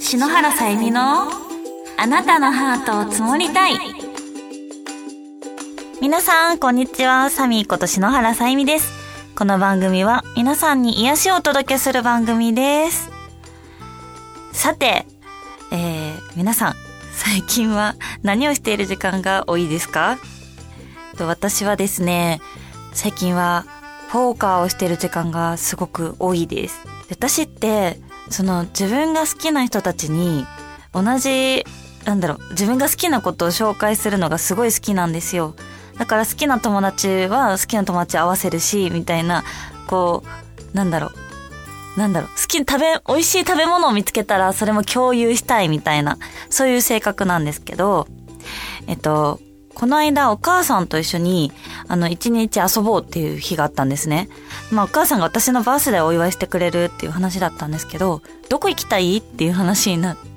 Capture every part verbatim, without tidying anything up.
篠原さゆみのあなたのハートを積もりたい。皆さんこんにちは、サミーこと篠原さゆみです。この番組は皆さんに癒しをお届けする番組です。さて、えー、皆さん最近は何をしている時間が多いですか？と私はですね、最近はポーカーをしている時間がすごく多いです。私ってその自分が好きな人たちに同じなんだろう自分が好きなことを紹介するのがすごい好きなんですよ。だから好きな友達は好きな友達合わせるしみたいな、こうなんだろうなんだろう好き食べ美味しい食べ物を見つけたらそれも共有したいみたいな、そういう性格なんですけど、えっとこの間お母さんと一緒にあの一日遊ぼうっていう日があったんですね。まあお母さんが私のバースデーをお祝いしてくれるっていう話だったんですけど、どこ行きたいっていう話になって、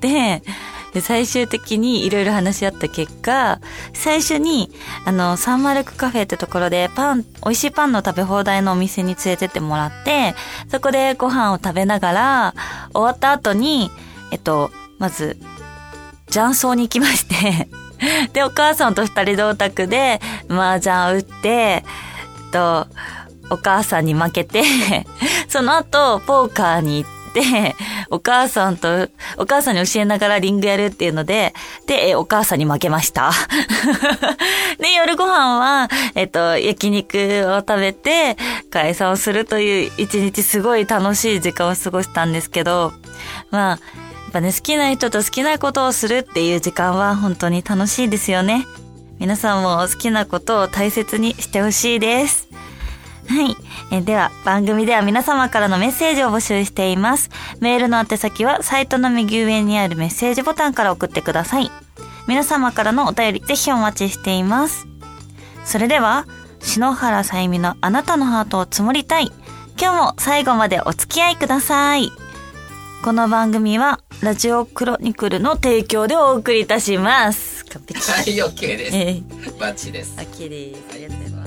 で最終的にいろいろ話し合った結果、最初にあのサンマルクカフェってところでパン美味しいパンの食べ放題のお店に連れてってもらって、そこでご飯を食べながら終わった後にえっとまず雀荘に行きましてでお母さんと二人同卓で麻雀を打って、えっとお母さんに負けてその後ポーカーに行ってお母さんとお母さんに教えながらリングやるっていうのででお母さんに負けましたで夜ご飯はえっと焼肉を食べて解散をするという一日、すごい楽しい時間を過ごしたんですけど、まあやっぱね、好きな人と好きなことをするっていう時間は本当に楽しいですよね。皆さんも好きなことを大切にしてほしいです。はい。えでは、番組では皆様からのメッセージを募集しています。メールの宛先はサイトの右上にあるメッセージボタンから送ってください。皆様からのお便りぜひお待ちしています。それでは、篠原さゆみのあなたのハートを積もりたい。今日も最後までお付き合いください。この番組はラジオクロニクルの提供でお送りいたします。完璧。 はい、オッケーです。えー、バッチリです。 オッケーです。ありがとうございます。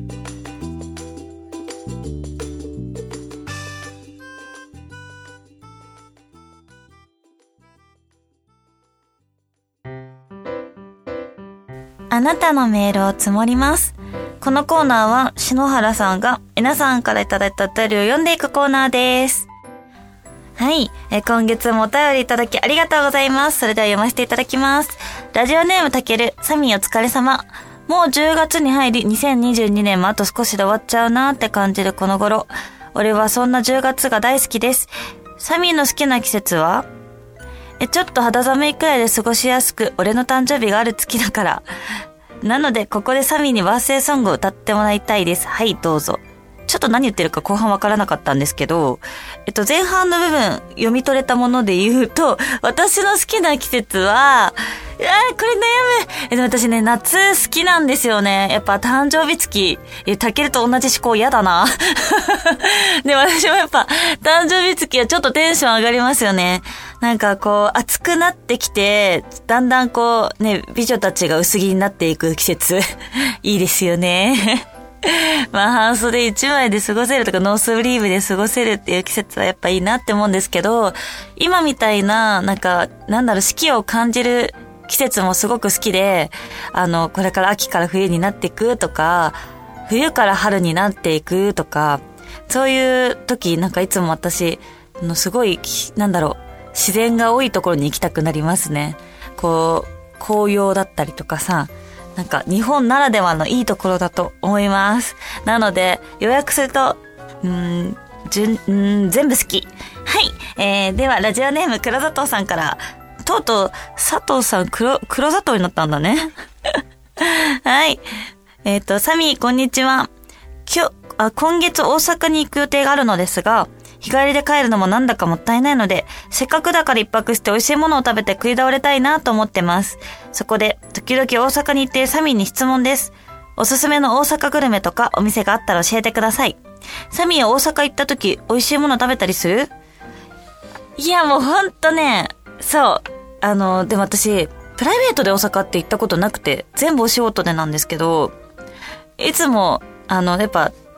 あなたのメールを積もります。このコーナーは篠原さんが皆さんからいただいたお便りを読んでいくコーナーです。はい、え今月もお便りいただきありがとうございます。それでは読ませていただきます。ラジオネームたける、サミーお疲れ様。もうじゅうがつに入りにせんにじゅうにねんもあと少しで終わっちゃうなーって感じるこの頃。俺はそんなじゅうがつが大好きです。サミーの好きな季節はえちょっと肌寒いくらいで過ごしやすく、俺の誕生日がある月だから。なのでここでサミーにバースデーソングを歌ってもらいたいです。はい、どうぞ。ちょっと何言ってるか後半わからなかったんですけど、えっと前半の部分読み取れたもので言うと、私の好きな季節は、いやーこれ悩む。えでも私ね、夏好きなんですよね。やっぱ誕生日月、えタケルと同じ思考嫌だな。で私もやっぱ誕生日月はちょっとテンション上がりますよね。なんかこう暑くなってきて、だんだんこうね美女たちが薄着になっていく季節いいですよね。まあ半袖一枚で過ごせるとかノースリーブで過ごせるっていう季節はやっぱいいなって思うんですけど、今みたいななんかなんだろう四季を感じる季節もすごく好きで、あのこれから秋から冬になっていくとか、冬から春になっていくとか、そういう時なんかいつも私のすごいなんだろう自然が多いところに行きたくなりますね。こう紅葉だったりとかさ、なんか日本ならではのいいところだと思います。なので予約するとうーんじゅんうーん全部好き。はい、えー、ではラジオネーム黒砂糖さんから、とうとう佐藤さん黒黒砂糖になったんだね。はい、えっとサミーこんにちは。今日あ今月大阪に行く予定があるのですが、日帰りで帰るのもなんだかもったいないので、せっかくだから一泊して美味しいものを食べて食い倒れたいなと思ってます。そこで時々大阪に行ってサミーに質問です。おすすめの大阪グルメとかお店があったら教えてください。サミーは大阪行った時美味しいもの食べたりする？いやもうほんとね、そうあのでも私プライベートで大阪って行ったことなくて、全部お仕事でなんですけど、いつもあのやっぱ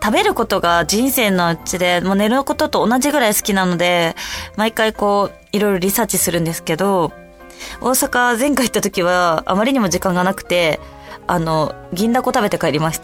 食べることが人生のうちで、もう寝ることと同じぐらい好きなので、毎回こう、いろいろリサーチするんですけど、大阪前回行った時は、あまりにも時間がなくて、あの、銀だこ食べて帰りました。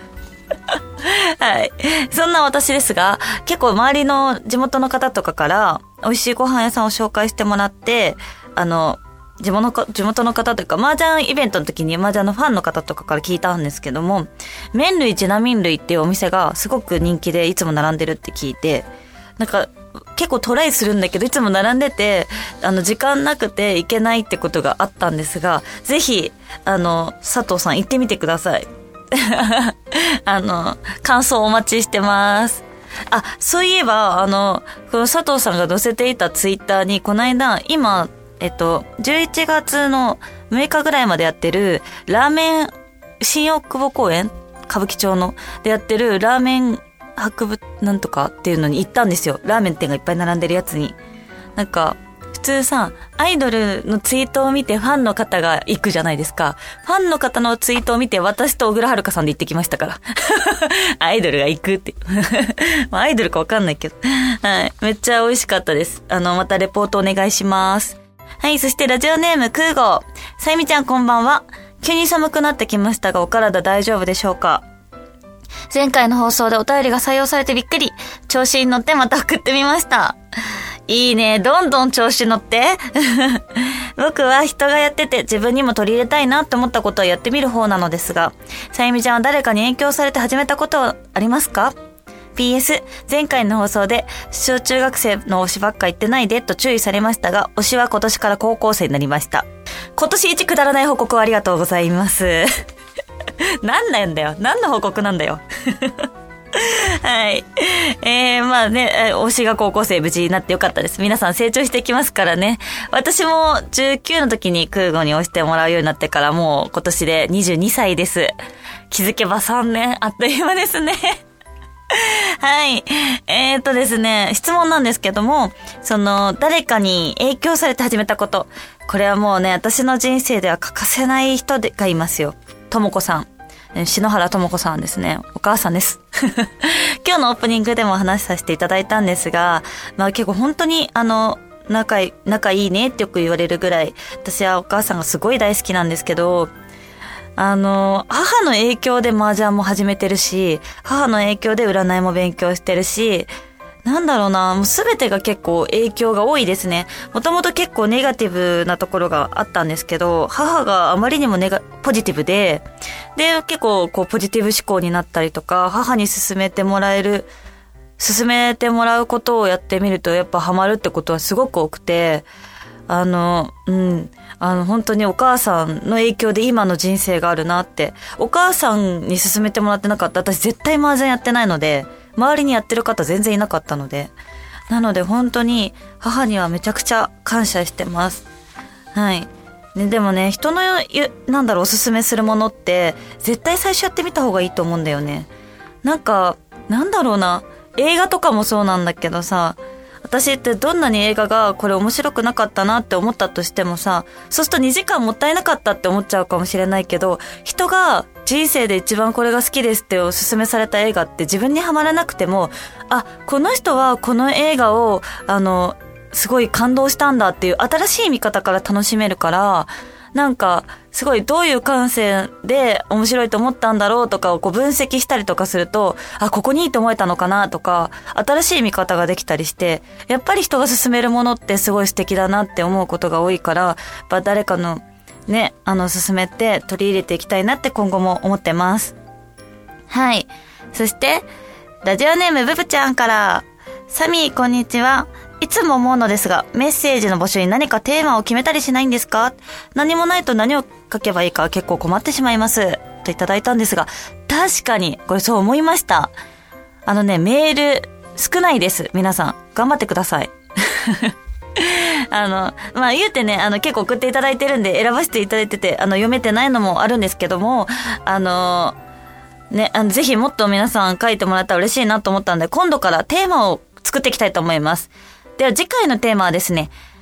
はい。そんな私ですが、結構周りの地元の方とかから、美味しいご飯屋さんを紹介してもらって、あの、地元のか、地元の方というか、麻雀イベントの時に麻雀のファンの方とかから聞いたんですけども、麺類ジナミン類っていうお店がすごく人気でいつも並んでるって聞いて、なんか結構トライするんだけどいつも並んでて、あの時間なくて行けないってことがあったんですが、ぜひ、あの、佐藤さん行ってみてください。あの、感想お待ちしてます。あ、そういえば、あの、この佐藤さんが載せていたツイッターに、この間、今、えっと、じゅういちがつのむいかぐらいまでやってる、ラーメン、新大久保公園歌舞伎町の、でやってるラーメン博物なんとかっていうのに行ったんですよ。ラーメン店がいっぱい並んでるやつに。なんか、普通さ、アイドルのツイートを見てファンの方が行くじゃないですか。ファンの方のツイートを見て私と小倉遥さんで行ってきましたから。アイドルが行くって。まあ、アイドルかわかんないけど。はい。めっちゃ美味しかったです。あの、またレポートお願いします。はい。そしてラジオネーム空吾。さゆみちゃんこんばんは。急に寒くなってきましたが、お体大丈夫でしょうか？前回の放送でお便りが採用されてびっくり。調子に乗ってまた送ってみました。いいね。どんどん調子乗って。僕は人がやってて自分にも取り入れたいなって思ったことをやってみる方なのですが、さゆみちゃんは誰かに影響されて始めたことはありますか？ ピーエス 前回の放送で小中学生の推しばっか言ってないでと注意されましたが、推しは今年から高校生になりました。今年一くだらない報告をありがとうございます。何なんだよ。何の報告なんだよ。はい。えー、まあね、推しが高校生無事になってよかったです。皆さん成長していきますからね。私もじゅうきゅうの時に空母に推してもらうようになってからもう今年でにじゅうにさいです。気づけばさんねん、あっという間ですね。はい。えーとですね、質問なんですけども、その、誰かに影響されて始めたこと。これはもうね、私の人生では欠かせない人がいますよ。ともこさん。篠原ともこさんですね。お母さんです。今日のオープニングでも話させていただいたんですが、まあ結構本当にあの、仲いい、仲いいねってよく言われるぐらい、私はお母さんがすごい大好きなんですけど、あの、母の影響で麻雀も始めてるし、母の影響で占いも勉強してるし、なんだろうな、もうすべてが結構影響が多いですね。もともと結構ネガティブなところがあったんですけど、母があまりにもネガ、ポジティブで、で、結構こうポジティブ思考になったりとか、母に勧めてもらえる、勧めてもらうことをやってみるとやっぱハマるってことはすごく多くて、あの、うん、あの本当にお母さんの影響で今の人生があるなって、お母さんに勧めてもらってなかったら私絶対麻雀やってないので、周りにやってる方全然いなかったので、なので本当に母にはめちゃくちゃ感謝してます。はい。ね、でもね、人のなんだろうおすすめするものって絶対最初やってみた方がいいと思うんだよね。なんかなんだろうな、映画とかもそうなんだけどさ、私ってどんなに映画がこれ面白くなかったなって思ったとしてもさ、そうするとにじかんもったいなかったって思っちゃうかもしれないけど、人が人生で一番これが好きですっておすすめされた映画って自分にはまらなくても、あ、この人はこの映画をあのすごい感動したんだっていう新しい見方から楽しめるから、なんかすごいどういう感性で面白いと思ったんだろうとかをこう分析したりとかすると、あ、ここにいいと思えたのかなとか、新しい見方ができたりして、やっぱり人が勧めるものってすごい素敵だなって思うことが多いから、やっぱ誰かのね、あの勧めて取り入れていきたいなって今後も思ってます。はい。そしてラジオネームブブちゃんから、サミーこんにちは。いつも思うのですが、メッセージの募集に何かテーマを決めたりしないんですか？何もないと何を書けばいいか結構困ってしまいます。といただいたんですが、確かに、これそう思いました。あのね、メール少ないです。皆さん、頑張ってください。あの、まあ、言うてね、あの、結構送っていただいてるんで選ばせていただいてて、あの、読めてないのもあるんですけども、あの、ね、あのぜひもっと皆さん書いてもらったら嬉しいなと思ったんで、今度からテーマを作っていきたいと思います。では次回のテーマはですね、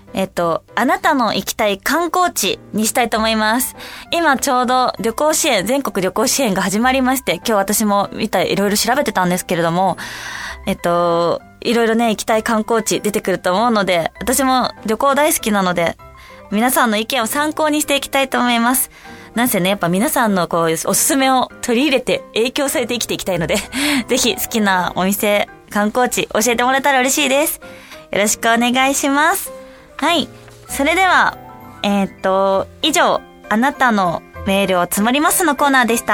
えっと、あなたの行きたい観光地にしたいと思います。今ちょうど旅行支援、全国旅行支援が始まりまして、今日私も見た、いろいろ調べてたんですけれども、えっと、いろいろね、行きたい観光地出てくると思うので、私も旅行大好きなので、皆さんの意見を参考にしていきたいと思います。なんせね、やっぱ皆さんのこう、おすすめを取り入れて影響されて生きていきたいので、ぜひ好きなお店、観光地教えてもらえたら嬉しいです。よろしくお願いします。はい。それでは、えー、っと、以上、あなたのメールを積もりますのコーナーでした。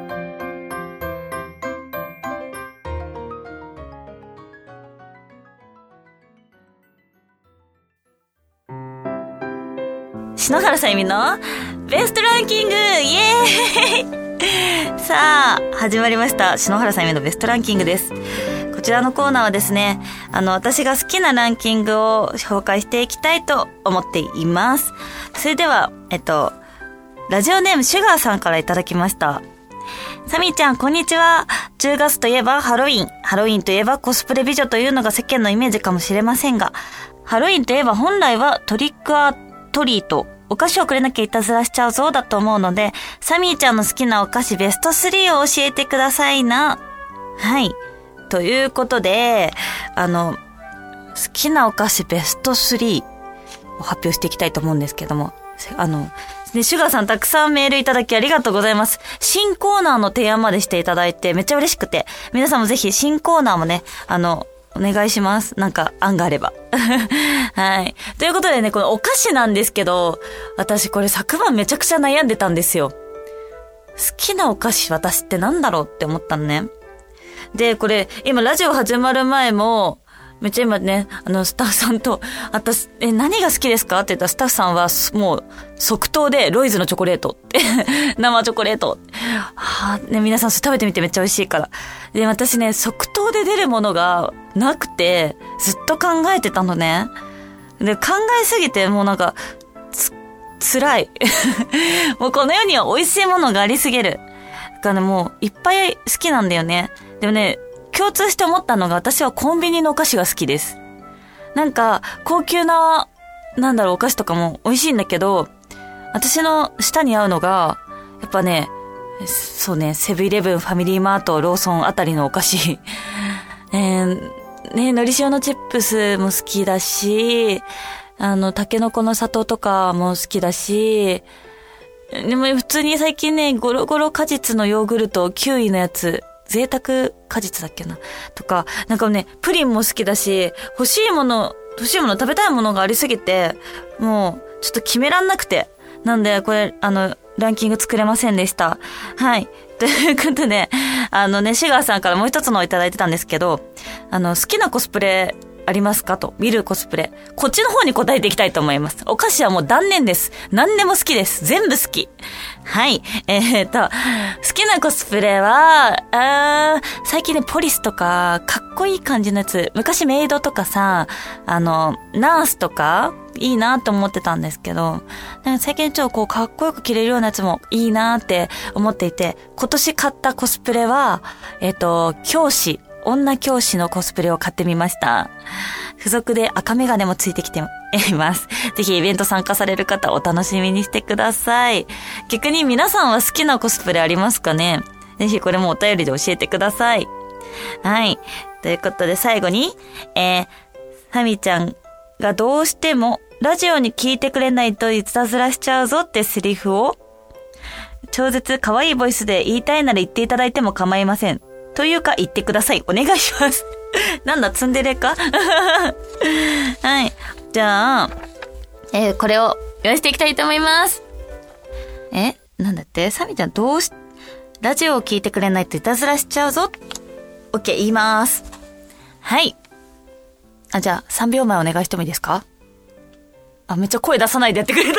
篠原さゆみのベストランキングイエーイさあ、始まりました。篠原さゆみのベストランキングです。こちらのコーナーはですね、あの、私が好きなランキングを紹介していきたいと思っています。それでは、えっと、ラジオネームシュガーさんからいただきました。サミーちゃん、こんにちは。じゅうがつといえばハロウィン。ハロウィンといえばコスプレ美女というのが世間のイメージかもしれませんが、ハロウィンといえば本来はトリックアトリート、お菓子をくれなきゃいたずらしちゃうぞだと思うので、サミーちゃんの好きなお菓子ベストスリーを教えてくださいな。はい。ということで、あの、好きなお菓子ベストスリーを発表していきたいと思うんですけども、あの、ね、シュガーさんたくさんメールいただきありがとうございます。新コーナーの提案までしていただいてめっちゃ嬉しくて、皆さんもぜひ新コーナーもね、あの、お願いします。なんか案があれば。はい。ということでね、このお菓子なんですけど、私これ昨晩めちゃくちゃ悩んでたんですよ。好きなお菓子私ってなんだろうって思ったのね。で、これ、今ラジオ始まる前も、めっちゃ今ね、あの、スタッフさんと、あたし、え、何が好きですかって言ったらスタッフさんは、もう、即答で、ロイズのチョコレートって、生チョコレート。はぁ、ね、皆さん食べてみてめっちゃ美味しいから。で、私ね、即答で出るものがなくて、ずっと考えてたのね。で、考えすぎて、もうなんか、つ、辛い。もうこの世には美味しいものがありすぎる。だからね、もう、いっぱい好きなんだよね。でもね、共通して思ったのが私はコンビニのお菓子が好きです。なんか高級な、なんだろうお菓子とかも美味しいんだけど、私の舌に合うのが、やっぱね、そうね、セブンイレブン、ファミリーマート、ローソンあたりのお菓子。えー、ね、のり塩のチップスも好きだし、あの、タケノコの砂糖とかも好きだし、でも普通に最近ね、ゴロゴロ果実のヨーグルト、キウイのやつ、贅沢果実だっけなとか、なんかね、プリンも好きだし、欲しいもの、欲しいもの、食べたいものがありすぎて、もう、ちょっと決めらんなくて。なんで、これ、あの、ランキング作れませんでした。はい。ということで、あのね、シガーさんからもう一つのをいただいてたんですけど、あの、好きなコスプレ、ありますかと見るコスプレ。こっちの方に答えていきたいと思います。お菓子はもう断念です。何でも好きです。全部好き。はい。えー、っと、好きなコスプレは、あー、最近ね、ポリスとか、かっこいい感じのやつ。昔メイドとかさ、あの、ナースとか、いいなと思ってたんですけど、なんか最近ちょっとこう、かっこよく着れるようなやつもいいなって思っていて、今年買ったコスプレは、えー、っと、教師。女教師のコスプレを買ってみました。付属で赤メガネもついてきています。ぜひイベント参加される方お楽しみにしてください。逆に皆さんは好きなコスプレありますかね？ぜひこれもお便りで教えてください。はい。ということで最後に、えー、サミちゃんがどうしてもラジオに聞いてくれないといたずらしちゃうぞってセリフを超絶可愛いボイスで言いたいなら言っていただいても構いません。というか言ってください。お願いします。なんだ、ツンデレかはい。じゃあ、えー、これを用意していきたいと思います。えなんだってサミちゃんどうし、ラジオを聞いてくれないといたずらしちゃうぞ。オッケー、言います。はい。あ、じゃあ、さんびょうまえお願いしてもいいですか？あ、めっちゃ声出さないでやってくれた。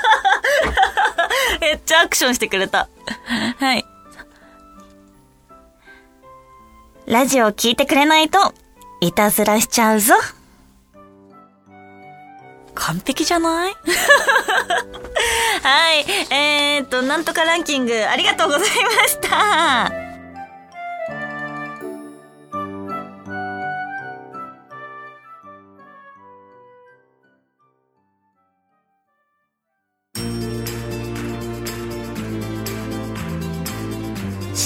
めっちゃアクションしてくれた。はい。ラジオを聞いてくれないと、いたずらしちゃうぞ。完璧じゃないはい。えーっと、なんとかランキング、ありがとうございました。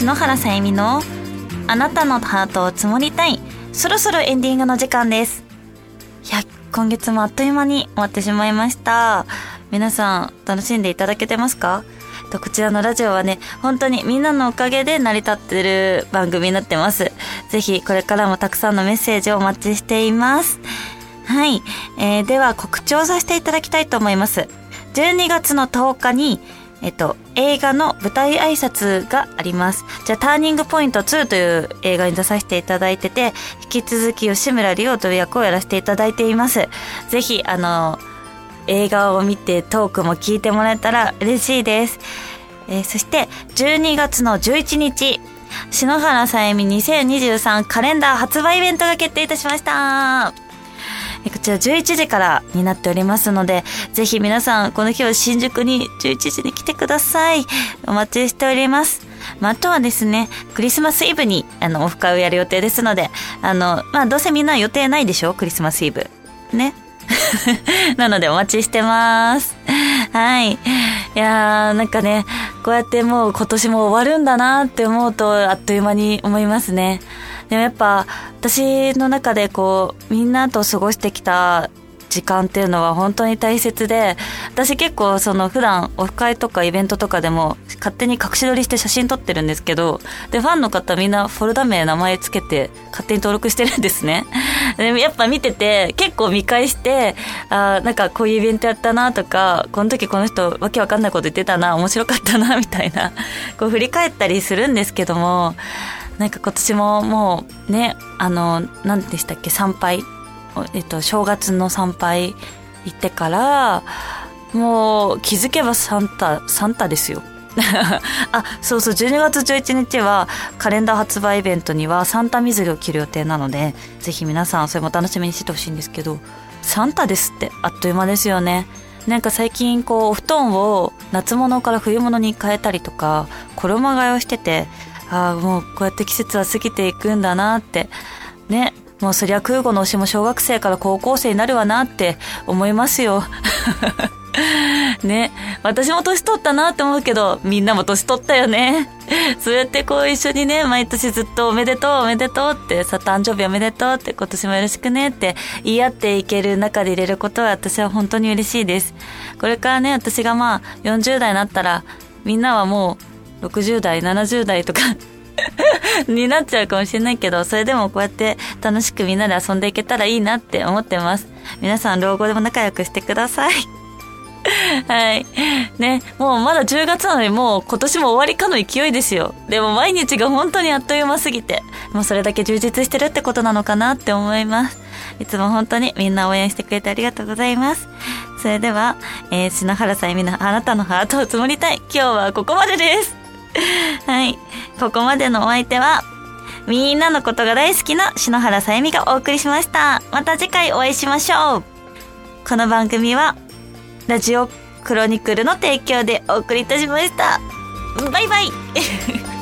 篠原さゆみのあなたのハートを積もりたい。そろそろエンディングの時間です。いや、今月もあっという間に終わってしまいました。皆さん楽しんでいただけてますか？こちらのラジオはね、本当にみんなのおかげで成り立ってる番組になってます。ぜひこれからもたくさんのメッセージをお待ちしています。はい、えー、では告知をさせていただきたいと思います。じゅうにがつのとおかにえっと、映画の舞台挨拶があります。じゃあ、ターニングポイントツーという映画に出させていただいてて、引き続き吉村理央という役をやらせていただいています。ぜひ、あの、映画を見てトークも聞いてもらえたら嬉しいです。えー、そして、じゅうにがつのじゅういちにち、篠原さゆみにせんにじゅうさんカレンダー発売イベントが決定いたしました。こちらじゅういちじからになっておりますので、ぜひ皆さんこの日は新宿にじゅういちじに来てください。お待ちしております。まあ、あとはですね、クリスマスイブにあのオフ会をやる予定ですので、あの、まあ、どうせみんな予定ないでしょ？クリスマスイブ。ね。なのでお待ちしてます。はい。いやー、なんかね、こうやってもう今年も終わるんだなって思うとあっという間に思いますね。でもやっぱ私の中でこうみんなと過ごしてきた時間っていうのは本当に大切で、私結構その普段オフ会とかイベントとかでも勝手に隠し撮りして写真撮ってるんですけど、でファンの方みんなフォルダ名名前つけて勝手に登録してるんですね。でやっぱ見てて結構見返して、あなんかこういうイベントやったなとか、この時この人わけわかんないこと言ってたな、面白かったなみたいなこう振り返ったりするんですけども、なんか今年ももうね、あの何でしたっけ、参拝、えっと正月の参拝行ってからもう気づけばサンタサンタですよ。あ、そうそう、じゅうにがつじゅういちにちはカレンダー発売イベントにはサンタ水着を着る予定なので、ぜひ皆さんそれも楽しみにしてほしいんですけど、サンタですってあっという間ですよね。なんか最近こうお布団を夏物から冬物に変えたりとか衣替えをしてて、ああもうこうやって季節は過ぎていくんだなってね。もうそりゃ空母の推しも小学生から高校生になるわなって思いますよ。ね、私も年取ったなって思うけど、みんなも年取ったよね。そうやってこう一緒にね、毎年ずっとおめでとうおめでとうってさ、誕生日おめでとうって今年もよろしくねって言い合っていける中で入れることは私は本当に嬉しいです。これからね、私がまあよんじゅうだいになったらみんなはもうろくじゅうだいななじゅうだいとかになっちゃうかもしれないけど、それでもこうやって楽しくみんなで遊んでいけたらいいなって思ってます。皆さん老後でも仲良くしてください。はい。ね、もうまだじゅうがつなのにもう今年も終わりかの勢いですよ。でも毎日が本当にあっという間すぎて、もうそれだけ充実してるってことなのかなって思います。いつも本当にみんな応援してくれてありがとうございます。それでは、えー、篠原さゆみのあなたのハートを積もりたい。今日はここまでです。はい。ここまでのお相手は、みんなのことが大好きな篠原さゆみがお送りしました。また次回お会いしましょう。この番組は、ラジオクロニクルの提供でお送りいたしました。バイバイ。